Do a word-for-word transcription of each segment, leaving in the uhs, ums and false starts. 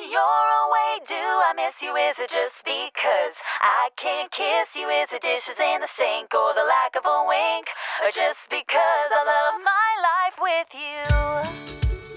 when you're away, do I miss you? Is it just because I can't kiss you? Is it dishes in the sink or the lack of a wink? Or just because I love my life with you?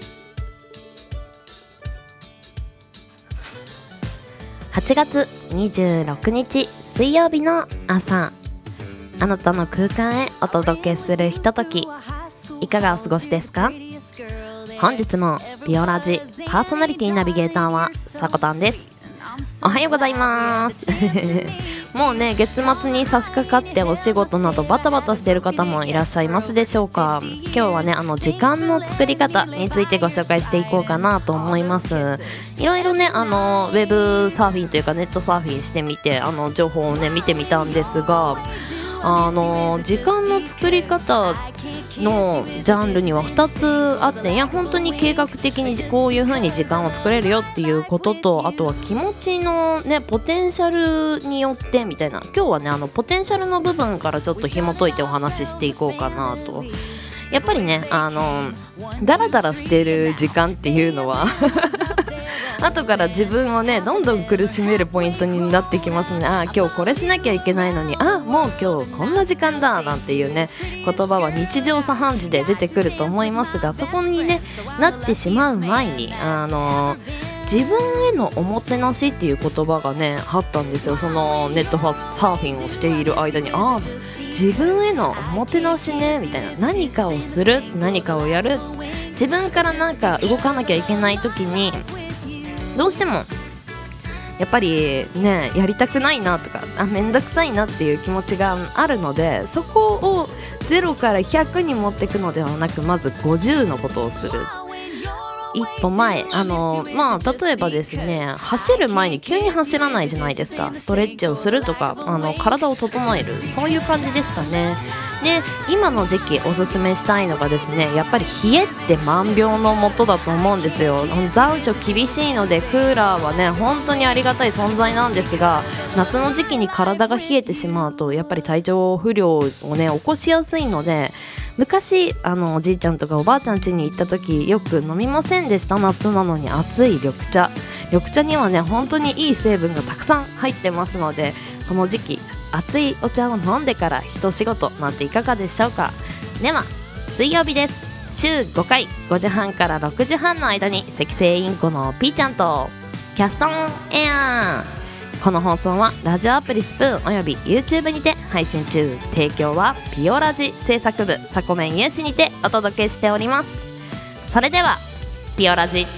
はちがつにじゅうろくにち水曜日の朝、あなたの空間へお届けするひととき、いかがお過ごしですか？本日もビオラジパーソナリティナビゲーターはさこたんです。おはようございますもうね、月末に差し掛かってお仕事などバタバタしている方もいらっしゃいますでしょうか。今日はね、あの時間の作り方についてご紹介していこうかなと思います。いろいろね、あのウェブサーフィンというかネットサーフィンしてみて、あの情報をね見てみたんですが、あの時間の作り方のジャンルにはふたつあって、いや本当に計画的にこういう風に時間を作れるよっていうことと、あとは気持ちのねポテンシャルによってみたいな、今日はねあのポテンシャルの部分からちょっと紐解いてお話ししていこうかなと。やっぱりね、あのダラダラしてる時間っていうのは後から自分をねどんどん苦しめるポイントになってきますね。ああ今日これしなきゃいけないのに、ああもう今日こんな時間だなんていうね言葉は日常茶飯事で出てくると思いますが、そこにねなってしまう前に、あのー、自分へのおもてなしっていう言葉がねあったんですよ。そのネットサーフィンをしている間に、ああ自分へのおもてなしねみたいな、何かをする、何かをやる、自分からなんか動かなきゃいけない時にどうしてもやっぱりねやりたくないなとか、あめんどくさいなっていう気持ちがあるので、そこをゼロからひゃくに持っていくのではなく、まずごじゅうのことをする。一歩前、あのまあ例えばですね、走る前に急に走らないじゃないですか。ストレッチをするとか、あの体を整える、そういう感じですかね。で今の時期おすすめしたいのがですね、やっぱり冷えって万病のもとだと思うんですよ。残暑厳しいのでクーラーはね本当にありがたい存在なんですが、夏の時期に体が冷えてしまうとやっぱり体調不良をね起こしやすいので、昔あのおじいちゃんとかおばあちゃん家に行った時よく飲みませんでした。夏なのに熱い緑茶。緑茶にはね本当にいい成分がたくさん入ってますので、この時期熱いお茶を飲んでから一仕事なんていかがでしょうか。では水曜日です。週ごかいごじはんからろくじはんの間に赤星インコのピーちゃんとキャストンエアー。この放送はラジオアプリスプーンおよび YouTube にて配信中。提供はピオラジ制作部サコメン有志にてお届けしております。それではピオラジ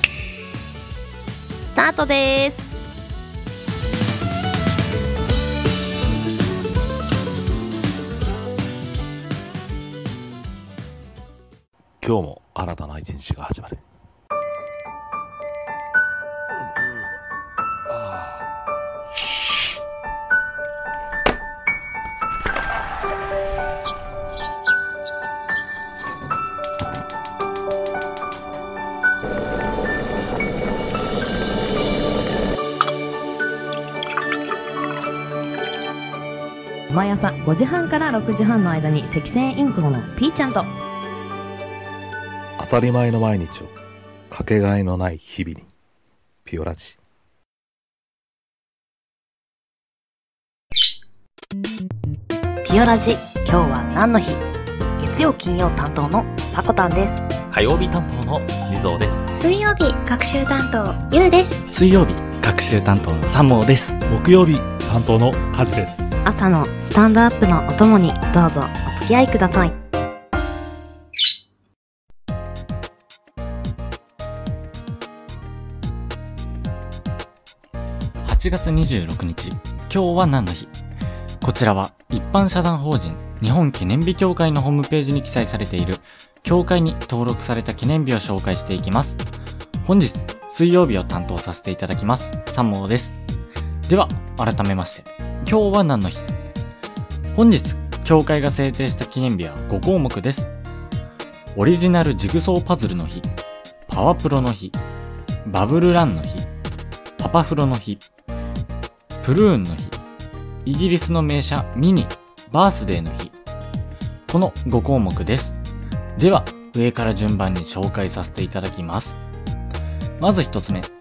スタートです。 今日も新たな一日が始まる。 毎朝ごじはんからろくじはんの間に赤星インコのピーちゃんと当たり前の毎日をかけがえのない日々に。ピオラジ。 ピオラジ、今日は何の日？月曜金曜担当のさこたんです。 火曜日担当のみぞうです。 水曜日学習担当ゆうです。 水曜日学習担当のさんもうです。 木曜日担当のはじです。 朝のスタンドアップのお供にどうぞお付き合いください。 はちがつにじゅうろくにち、今日は何の日？こちらは一般社団法人日本記念日協会のホームページに記載されている協会に登録された記念日を紹介していきます。本日水曜日を担当させていただきますさんもうです。では改めまして、今日は何の日？本日協会が制定した記念日はごこうもくです。オリジナルジグソーパズルの日、パワプロの日、バブルランの日、パパフロの日、プルーンの日、イギリスの名車ミニ、バースデーの日、このごこうもくです。では上から順番に紹介させていただきます。まずひとつめ、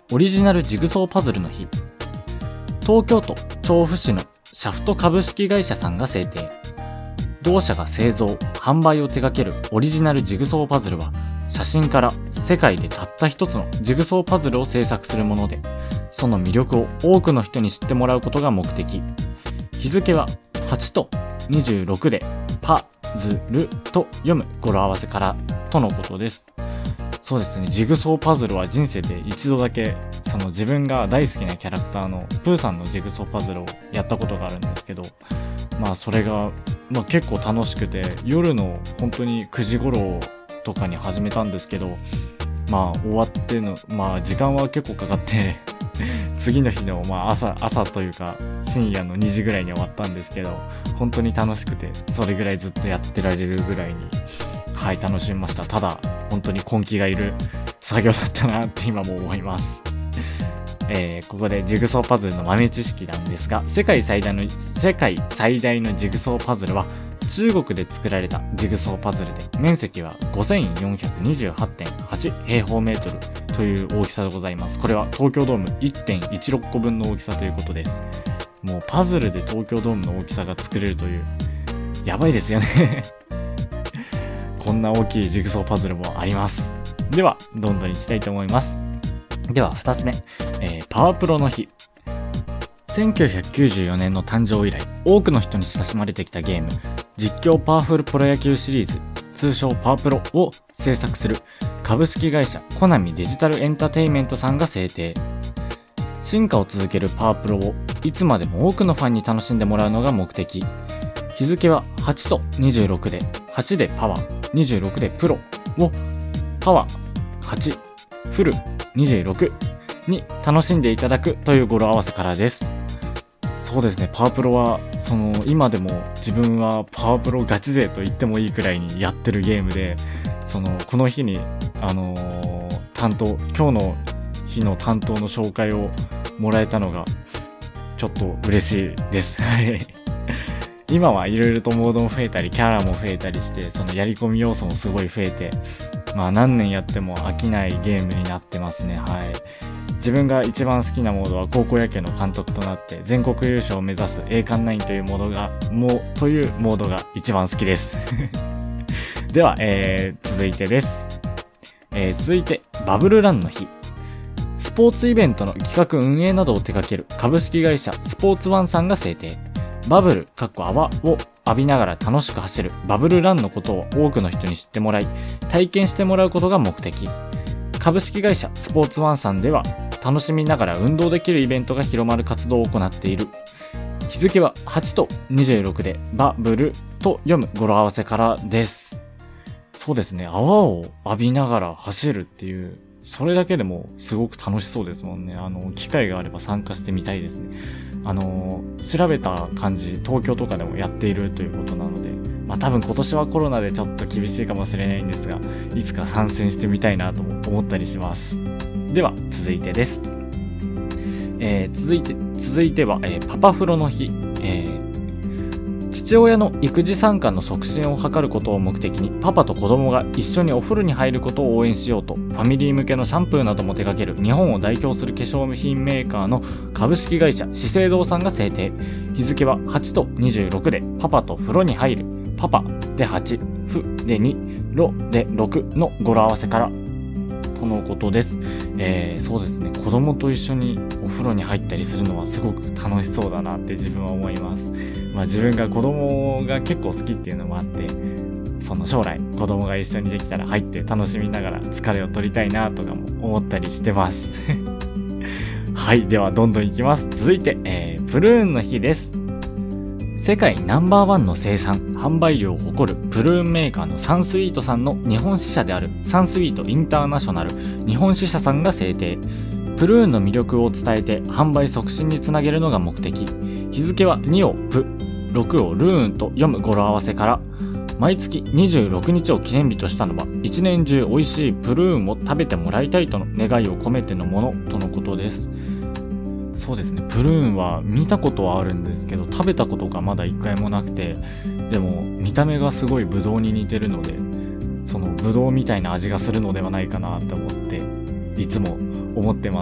オリジナルジグソーパズルの日。東京都調布市のシャフト株式会社さんが制定。同社が製造・販売を手掛けるオリジナルジグソーパズルは、写真から世界でたった一つのジグソーパズルを制作するもので、その魅力を多くの人に知ってもらうことが目的。日付ははちとにじゅうろくでパズルと読む語呂合わせからとのことです。そうですね、ジグソーパズルは人生で一度だけその自分が大好きなキャラクターのプーさんのジグソーパズルをやったことがあるんですけど、まあそれが、まあ、結構楽しくて、夜の本当にくじ頃とかに始めたんですけど、まあ終わってのまあ時間は結構かかって次の日のまあ朝朝というか深夜のにじぐらいに終わったんですけど、本当に楽しくて、それぐらいずっとやってられるぐらいにはい楽しみました。ただ本当に根気がいる作業だったなって今も思います。えー、ここでジグソーパズルの豆知識なんですが、世界最大の世界最大のジグソーパズルは中国で作られたジグソーパズルで、面積は ごせんよんひゃくにじゅうはちてんはち 平方メートルという大きさでございます。これは東京ドーム いってんいちろく 個分の大きさということです。もうパズルで東京ドームの大きさが作れるという、やばいですよねこんな大きいジグソーパズルもあります。ではどんどんいきたいと思います。ではふたつめ、えー、パワプロの日。せんきゅうひゃくきゅうじゅうよねんの誕生以来、多くの人に親しまれてきたゲーム、実況パワフルプロ野球シリーズ、通称パワプロを制作する株式会社コナミデジタルエンターテインメントさんが制定。進化を続けるパワプロをいつまでも多くのファンに楽しんでもらうのが目的。日付ははちとにじゅうろくで、はちでパワー、にじゅうろくでプロをパワーはち、フルにじゅうろくに楽しんでいただくという語呂合わせからです。そうですね、パワプロはその今でも自分はパワプロガチ勢と言ってもいいくらいにやってるゲームで、そのこの日にあのー、担当今日の日の担当の紹介をもらえたのがちょっと嬉しいです。今はいろいろとモードも増えたりキャラも増えたりして、そのやり込み要素もすごい増えて、まあ何年やっても飽きないゲームになってますね。はい。自分が一番好きなモードは高校野球の監督となって全国優勝を目指す栄冠ナインというモードがもというモードが一番好きですでは、えー、続いてです、えー、続いてバブルランの日。スポーツイベントの企画運営などを手掛ける株式会社スポーツワンさんが制定。バブル泡を浴びながら楽しく走るバブルランのことを多くの人に知ってもらい、体験してもらうことが目的。株式会社スポーツワンさんでは楽しみながら運動できるイベントが広まる活動を行っている。日付ははちとにじゅうろくでバブルと読む語呂合わせからです。そうですね、泡を浴びながら走るっていう、それだけでもすごく楽しそうですもんね。あの機会があれば参加してみたいですね。あの調べた感じ、東京とかでもやっているということなので、まあ多分今年はコロナでちょっと厳しいかもしれないんですが、いつか参戦してみたいなとも思ったりします。では続いてです、えー、続いて続いては、えー、パパ風呂の日、えー、父親の育児参加の促進を図ることを目的に、パパと子供が一緒にお風呂に入ることを応援しようと、ファミリー向けのシャンプーなども手掛ける日本を代表する化粧品メーカーの株式会社資生堂さんが制定。日付ははちとにじゅうろくでパパと風呂に入る、パパではち、フでに、ロでろくの語呂合わせからとのことです。えー、そうですね、子供と一緒にお風呂に入ったりするのはすごく楽しそうだなって自分は思います。まあ自分が子供が結構好きっていうのもあって、その将来子供が一緒にできたら入って楽しみながら疲れを取りたいなとかも思ったりしてますはい、ではどんどんいきます。続いて、えー、プルーンの日です。世界ナンバーワンの生産・販売量を誇るプルーンメーカーのサンスイートさんの日本支社であるサンスイートインターナショナル日本支社さんが制定。プルーンの魅力を伝えて販売促進につなげるのが目的。日付はにをプ、ろくをルーンと読む語呂合わせから、毎月にじゅうろくにちを記念日としたのは、一年中美味しいプルーンを食べてもらいたいとの願いを込めてのものとのことです。そうですね、プルーンは見たことはあるんですけど、食べたことがまだ一回もなくて、でも見た目がすごいブドウに似てるので、そのブドウみたいな味がするのではないかなと思っていつも思ってます。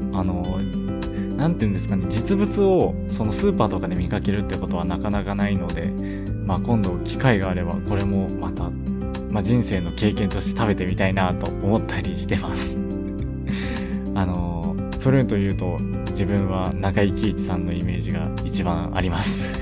あのなんていうんですかね、実物をそのスーパーとかで見かけるってことはなかなかないので、まあ今度機会があればこれもまた、まあ、人生の経験として食べてみたいなと思ったりしてますあのプルーンというと自分は中井貴一さんのイメージが一番あります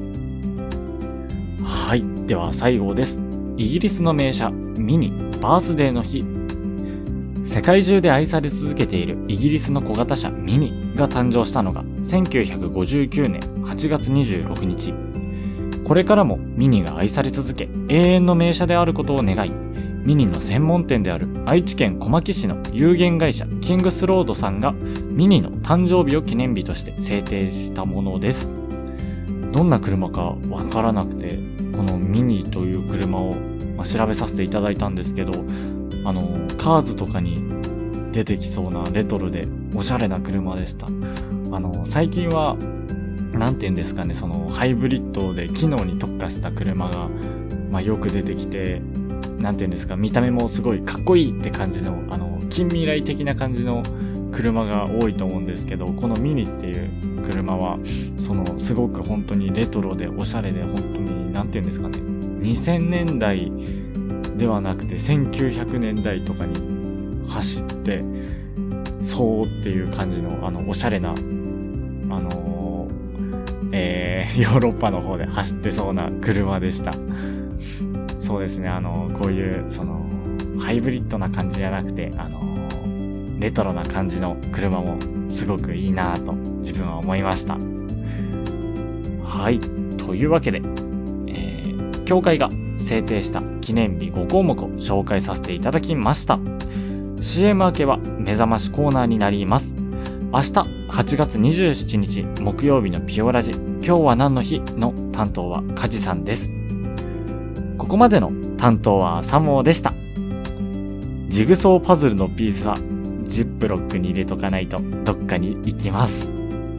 はい、では最後です。イギリスの名車ミニバースデーの日。世界中で愛され続けているイギリスの小型車ミニが誕生したのがせんきゅうひゃくごじゅうきゅうねんはちがつにじゅうろくにち。これからもミニが愛され続け、永遠の名車であることを願い、ミニの専門店である愛知県小牧市の有限会社キングスロードさんがミニの誕生日を記念日として制定したものです。どんな車かわからなくて、このミニという車を調べさせていただいたんですけど、あのカーズとかに出てきそうなレトロでおしゃれな車でした。あの最近はなんて言うんですかね、そのハイブリッドで機能に特化した車が、まあ、よく出てきて、なんて言うんですか、見た目もすごいかっこいいって感じの、あの近未来的な感じの車が多いと思うんですけど、このミニっていう車はそのすごく本当にレトロでおしゃれで、本当になんて言うんですかね、にせんねんだいではなくてせんきゅうひゃくねんだいとかに走ってそうっていう感じの、あのおしゃれな、あのー、えー、ヨーロッパの方で走ってそうな車でした。そうですね、あのこういうそのハイブリッドな感じじゃなくて、あのレトロな感じの車もすごくいいなぁと自分は思いました。はい、というわけで、えー、協会が制定した記念日ごこうもくを紹介させていただきました。 シーエム 明けは目覚ましコーナーになります。明日はちがつにじゅうしちにち木曜日のピオラジ、今日は何の日の担当はカジさんです。ここまでの担当はサモーでした。ジグソーパズルのピースはジップロックに入れとかないとどっかに行きます。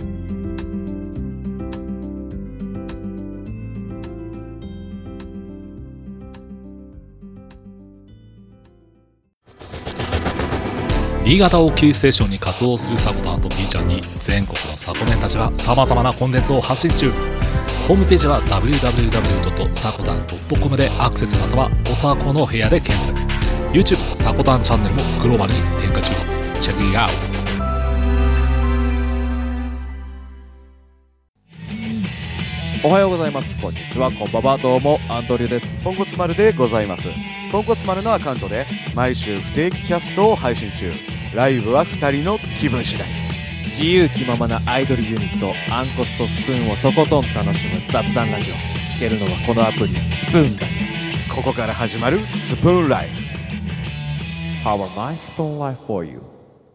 新潟をキーステーションに活動するサコタンと B ちゃんに全国のサコメンたちが様々なコンテンツを発信中。ホームページは ダブリューダブリューダブリュードットサコタンドットコム でアクセス、またはおさこの部屋で検索。 YouTube サコタンチャンネルもグローバルに展開中。チェックイットアウト。 おはようございます。こんにちは、こんばんは。どうもアンドリューです。 ポンコツ丸でございます。ポンコツ丸のアカウントで毎週不定期キャストを配信中。ライブはふたりの気分次第。 自由気ままなアイドルユニットアンコスとスプーンをとことん楽しむ雑談ラジオ。聞けるのはこのアプリスプーンだけ。 ここから始まるスプーンライフ。 Power my spoon life for you。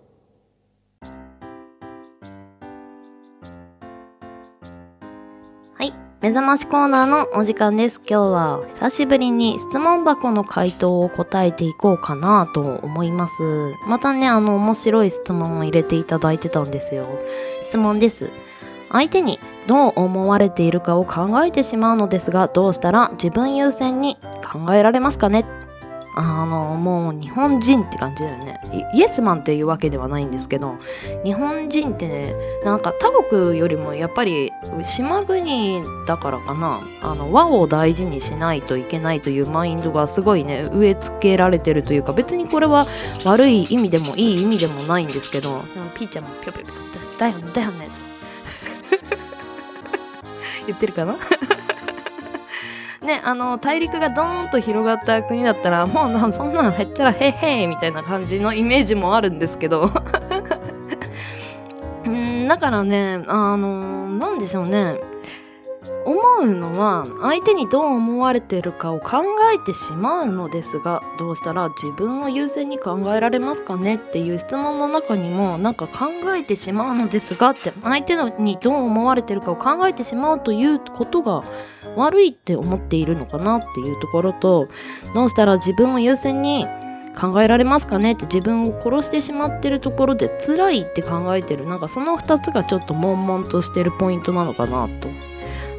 はい、目覚ましコーナーのお時間です。今日は久しぶりに質問箱の回答を答えていこうかなと思います。またね、あの面白い質問を入れていただいてたんですよ。質問です。相手にどう思われているかを考えてしまうのですが、どうしたら自分優先に考えられますかね。あのもう日本人って感じだよね。イエスマンっていうわけではないんですけど、日本人ってね、なんか他国よりもやっぱり島国だからかな、あの和を大事にしないといけないというマインドがすごいね、植え付けられてるというか、別にこれは悪い意味でもいい意味でもないんですけど、ピーちゃんもぴょぴょぴょだよねだよね言ってるかなね、あの大陸がドーンと広がった国だったら、もうなそんなんへっちゃらへっへーみたいな感じのイメージもあるんですけどうんだからね、あのなんでしょうね、思うのは相手にどう思われてるかを考えてしまうのですが、どうしたら自分を優先に考えられますかねっていう質問の中にも、なんか考えてしまうのですがって相手にどう思われてるかを考えてしまうということが悪いって思っているのかなっていうところと、どうしたら自分を優先に考えられますかねって自分を殺してしまってるところで辛いって考えてる、なんかそのふたつがちょっと悶々としてるポイントなのかなと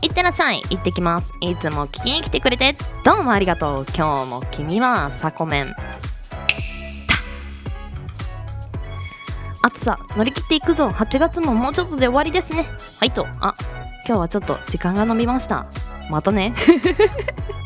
いってらっしゃい。行ってきます。いつも聞きに来てくれてどうもありがとう。今日も君はサコメン。暑さ乗り切っていくぞ。はちがつももうちょっとで終わりですね。はいと、あ、今日はちょっと時間が延びました。またね